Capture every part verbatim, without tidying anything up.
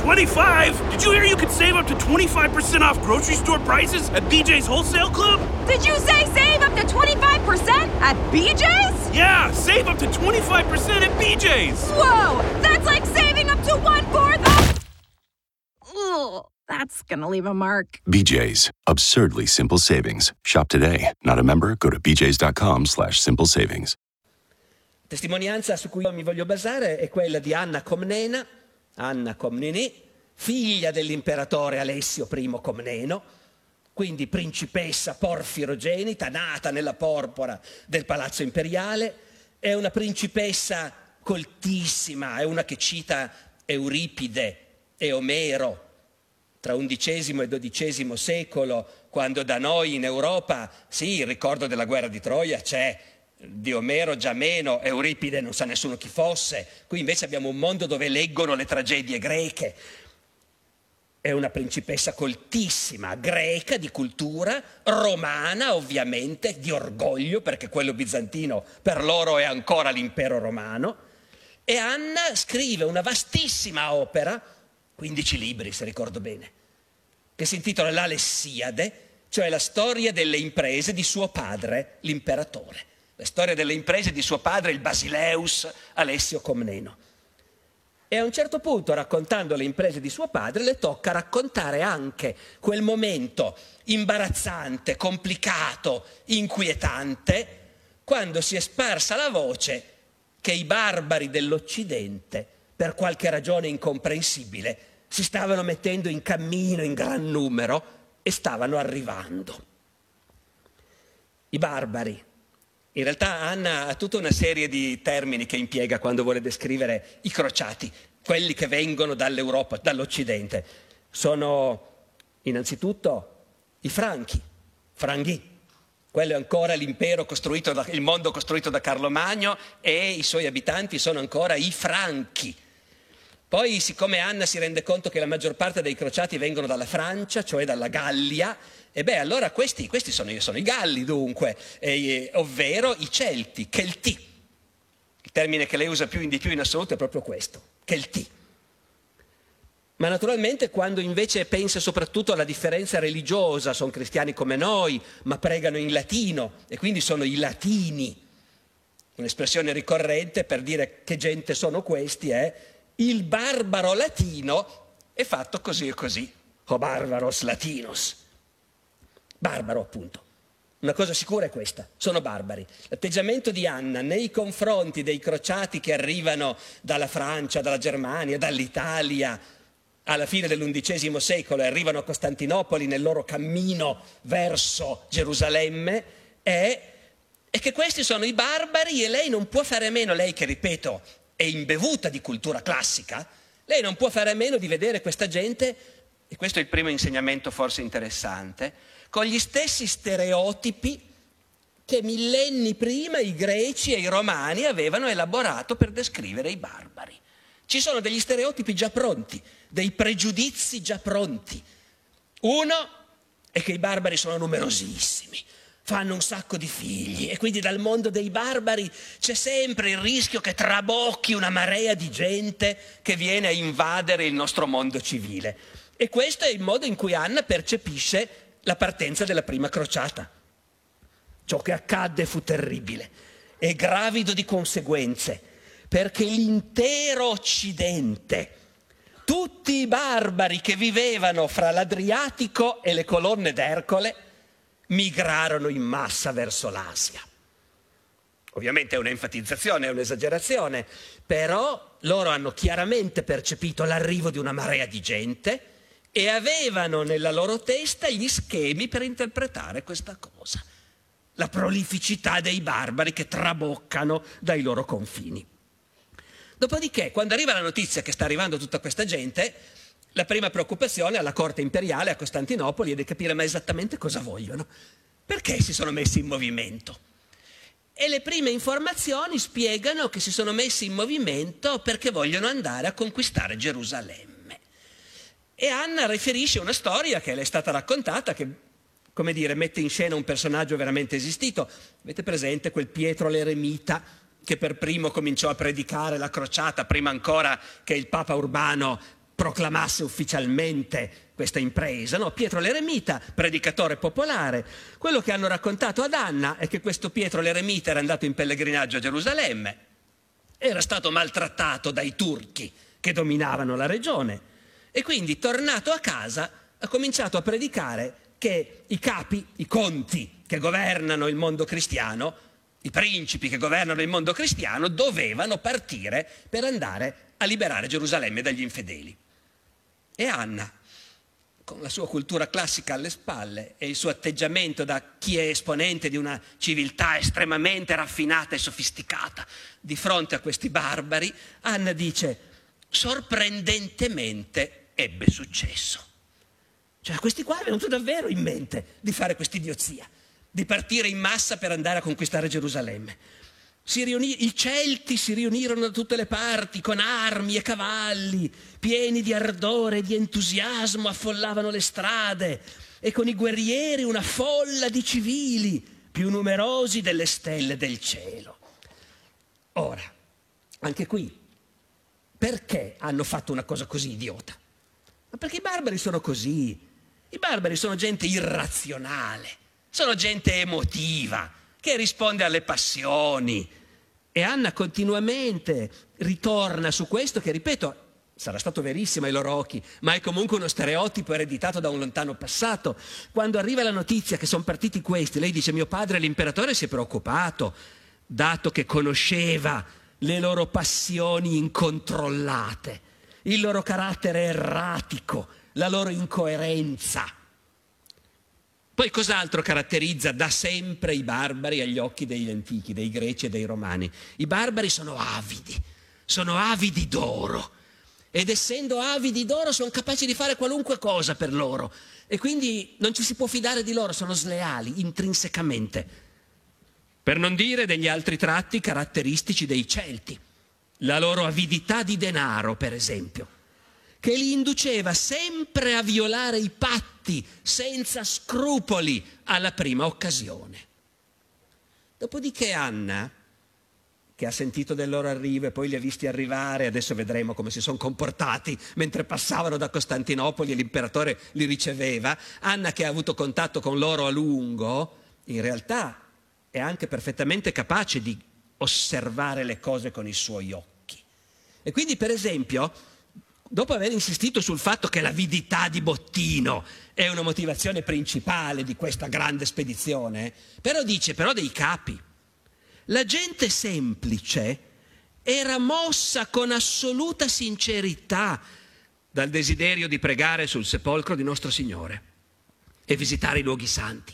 twenty-five? Did you hear you could save up to twenty-five percent off grocery store prices at B J's Wholesale Club? Did you say save up to twenty-five percent at B J's? Yeah, save up to twenty-five percent at B J's. Whoa, that's like saving up to one-fourth of... Ugh, that's gonna leave a mark. B J's, absurdly simple savings. Shop today. Not a member? Go to bjs.com slash simple savings. Testimonianza su cui io mi voglio basare è quella di Anna Comnena, Anna Comnene, figlia dell'imperatore Alessio I Comneno, quindi principessa porfirogenita, nata nella porpora del palazzo imperiale. È una principessa coltissima, è una che cita Euripide e Omero tra undicesimo e dodicesimo secolo, quando da noi in Europa, sì, il ricordo della guerra di Troia c'è, di Omero già meno, Euripide non sa nessuno chi fosse. Qui invece abbiamo un mondo dove leggono le tragedie greche. È una principessa coltissima, greca, di cultura, romana ovviamente, di orgoglio, perché quello bizantino per loro è ancora l'impero romano. E Anna scrive una vastissima opera, quindici libri se ricordo bene, che si intitola L'Alessiade, cioè la storia delle imprese di suo padre, l'imperatore. La storia delle imprese di suo padre, il Basileus Alessio Comneno. E a un certo punto, raccontando le imprese di suo padre, le tocca raccontare anche quel momento imbarazzante, complicato, inquietante, quando si è sparsa la voce che i barbari dell'Occidente, per qualche ragione incomprensibile, si stavano mettendo in cammino in gran numero e stavano arrivando. I barbari. In realtà Anna ha tutta una serie di termini che impiega quando vuole descrivere i crociati, quelli che vengono dall'Europa, dall'Occidente. Sono innanzitutto i franchi, franghi. Quello è ancora l'impero costruito, da, il mondo costruito da Carlo Magno, e i suoi abitanti sono ancora i franchi. Poi, siccome Anna si rende conto che la maggior parte dei crociati vengono dalla Francia, cioè dalla Gallia, e beh, allora questi, questi sono, sono i Galli, dunque, eh, ovvero i Celti, Celti. Il termine che lei usa più in di più in assoluto è proprio questo, Celti. Ma naturalmente quando invece pensa soprattutto alla differenza religiosa, sono cristiani come noi, ma pregano in latino, e quindi sono i latini. Un'espressione ricorrente per dire che gente sono questi è il barbaro latino è fatto così e così, o barbaros latinos. Barbaro, appunto. Una cosa sicura è questa, sono barbari. L'atteggiamento di Anna nei confronti dei crociati che arrivano dalla Francia, dalla Germania, dall'Italia, alla fine dell'undicesimo secolo e arrivano a Costantinopoli nel loro cammino verso Gerusalemme, è, è che questi sono i barbari e lei non può fare a meno, lei che, ripeto, è imbevuta di cultura classica, lei non può fare a meno di vedere questa gente, e questo è il primo insegnamento forse interessante, con gli stessi stereotipi che millenni prima i greci e i romani avevano elaborato per descrivere i barbari. Ci sono degli stereotipi già pronti, dei pregiudizi già pronti. Uno è che i barbari sono numerosissimi, fanno un sacco di figli, e quindi dal mondo dei barbari c'è sempre il rischio che trabocchi una marea di gente che viene a invadere il nostro mondo civile. E questo è il modo in cui Anna percepisce la partenza della prima crociata. Ciò che accadde fu terribile e gravido di conseguenze, perché l'intero Occidente, tutti i barbari che vivevano fra l'Adriatico e le colonne d'Ercole, migrarono in massa verso l'Asia. Ovviamente è un'enfatizzazione, è un'esagerazione, però loro hanno chiaramente percepito l'arrivo di una marea di gente e avevano nella loro testa gli schemi per interpretare questa cosa. La prolificità dei barbari che traboccano dai loro confini. Dopodiché, quando arriva la notizia che sta arrivando tutta questa gente, la prima preoccupazione alla corte imperiale a Costantinopoli è di capire ma esattamente cosa vogliono. Perché si sono messi in movimento? E le prime informazioni spiegano che si sono messi in movimento perché vogliono andare a conquistare Gerusalemme. E Anna riferisce una storia che le è stata raccontata, che, come dire, mette in scena un personaggio veramente esistito. Avete presente quel Pietro l'Eremita che per primo cominciò a predicare la crociata, prima ancora che il Papa Urbano proclamasse ufficialmente questa impresa, no? Pietro l'Eremita, predicatore popolare. Quello che hanno raccontato ad Anna è che questo Pietro l'Eremita era andato in pellegrinaggio a Gerusalemme, era stato maltrattato dai turchi che dominavano la regione e quindi, tornato a casa, ha cominciato a predicare che i capi, i conti che governano il mondo cristiano, i principi che governano il mondo cristiano, dovevano partire per andare a liberare Gerusalemme dagli infedeli. E Anna, con la sua cultura classica alle spalle e il suo atteggiamento da chi è esponente di una civiltà estremamente raffinata e sofisticata, di fronte a questi barbari, Anna dice: sorprendentemente ebbe successo. Cioè a questi qua è venuto davvero in mente di fare quest'idiozia, di partire in massa per andare a conquistare Gerusalemme. Si riunì, i Celti si riunirono da tutte le parti con armi e cavalli, pieni di ardore e di entusiasmo affollavano le strade e con i guerrieri una folla di civili più numerosi delle stelle del cielo. Ora, anche qui, perché hanno fatto una cosa così idiota? Ma perché i barbari sono così. I barbari sono gente irrazionale, sono gente emotiva, che risponde alle passioni. E Anna continuamente ritorna su questo che, ripeto, sarà stato verissimo ai loro occhi, ma è comunque uno stereotipo ereditato da un lontano passato. Quando arriva la notizia che sono partiti questi, lei dice: mio padre l'imperatore si è preoccupato, dato che conosceva le loro passioni incontrollate, il loro carattere erratico, la loro incoerenza. Poi cos'altro caratterizza da sempre i barbari agli occhi degli antichi, dei greci e dei romani? I barbari sono avidi, sono avidi d'oro. Ed essendo avidi d'oro sono capaci di fare qualunque cosa per loro. E quindi non ci si può fidare di loro, sono sleali intrinsecamente. Per non dire degli altri tratti caratteristici dei Celti. La loro avidità di denaro, per esempio, che li induceva sempre a violare i patti senza scrupoli alla prima occasione. Dopodiché Anna, che ha sentito del loro arrivo e poi li ha visti arrivare, adesso vedremo come si sono comportati mentre passavano da Costantinopoli e l'imperatore li riceveva, Anna, che ha avuto contatto con loro a lungo, in realtà è anche perfettamente capace di osservare le cose con i suoi occhi. E quindi, per esempio, dopo aver insistito sul fatto che l'avidità di bottino è una motivazione principale di questa grande spedizione, però dice, però dei capi. La gente semplice era mossa con assoluta sincerità dal desiderio di pregare sul sepolcro di nostro Signore e visitare i luoghi santi.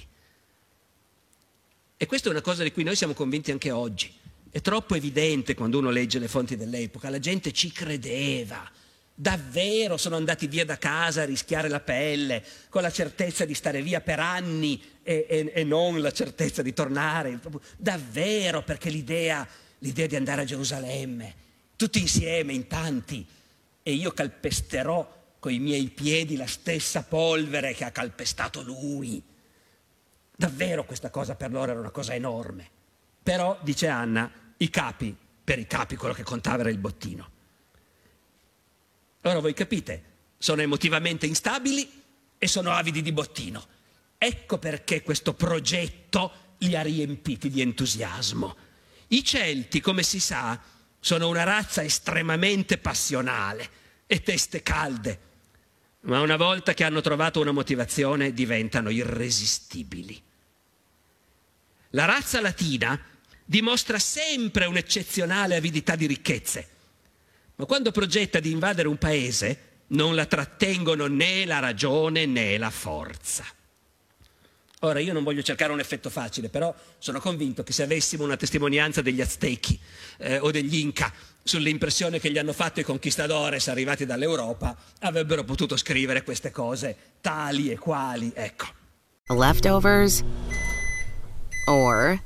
E questa è una cosa di cui noi siamo convinti anche oggi. È troppo evidente quando uno legge le fonti dell'epoca, la gente ci credeva. Davvero sono andati via da casa a rischiare la pelle, con la certezza di stare via per anni e, e, e non la certezza di tornare. Davvero, perché l'idea, l'idea di andare a Gerusalemme, tutti insieme, in tanti, e io calpesterò coi miei piedi la stessa polvere che ha calpestato lui. Davvero questa cosa per loro era una cosa enorme. Però, dice Anna, i capi, per i capi quello che contava era il bottino. Allora voi capite, sono emotivamente instabili e sono avidi di bottino. Ecco perché questo progetto li ha riempiti di entusiasmo. I Celti, come si sa, sono una razza estremamente passionale e teste calde, ma una volta che hanno trovato una motivazione diventano irresistibili. La razza latina dimostra sempre un'eccezionale avidità di ricchezze, ma quando progetta di invadere un paese non la trattengono né la ragione né la forza. Ora, io non voglio cercare un effetto facile, però sono convinto che se avessimo una testimonianza degli Aztechi eh, o degli Inca sull'impressione che gli hanno fatto i conquistadores arrivati dall'Europa, avrebbero potuto scrivere queste cose tali e quali, ecco. Leftovers or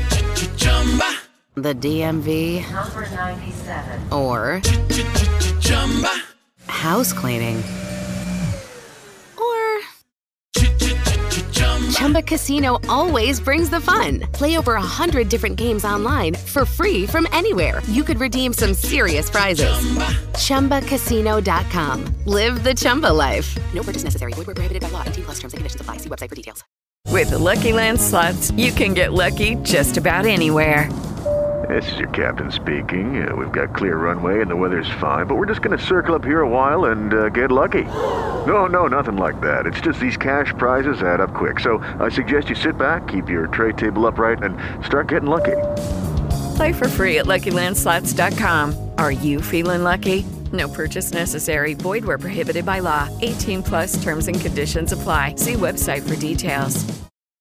the D M V Number ninety-seven. or house cleaning or Chumba Chumba Casino always brings the fun. Play over a hundred different games online for free from anywhere. You could redeem some serious prizes. Chumba Casino dot com. Live the Chumba life. No purchase necessary. Void where prohibited by law. eighteen plus terms and conditions apply. See website for details. With the Lucky Land Slots, you can get lucky just about anywhere. This is your captain speaking. Uh, we've got clear runway and the weather's fine, but we're just going to circle up here a while and uh, get lucky. No, no, nothing like that. It's just these cash prizes add up quick. So I suggest you sit back, keep your tray table upright, and start getting lucky. Play for free at Lucky Land Slots dot com. Are you feeling lucky? No purchase necessary. Void where prohibited by law. eighteen plus terms and conditions apply. See website for details.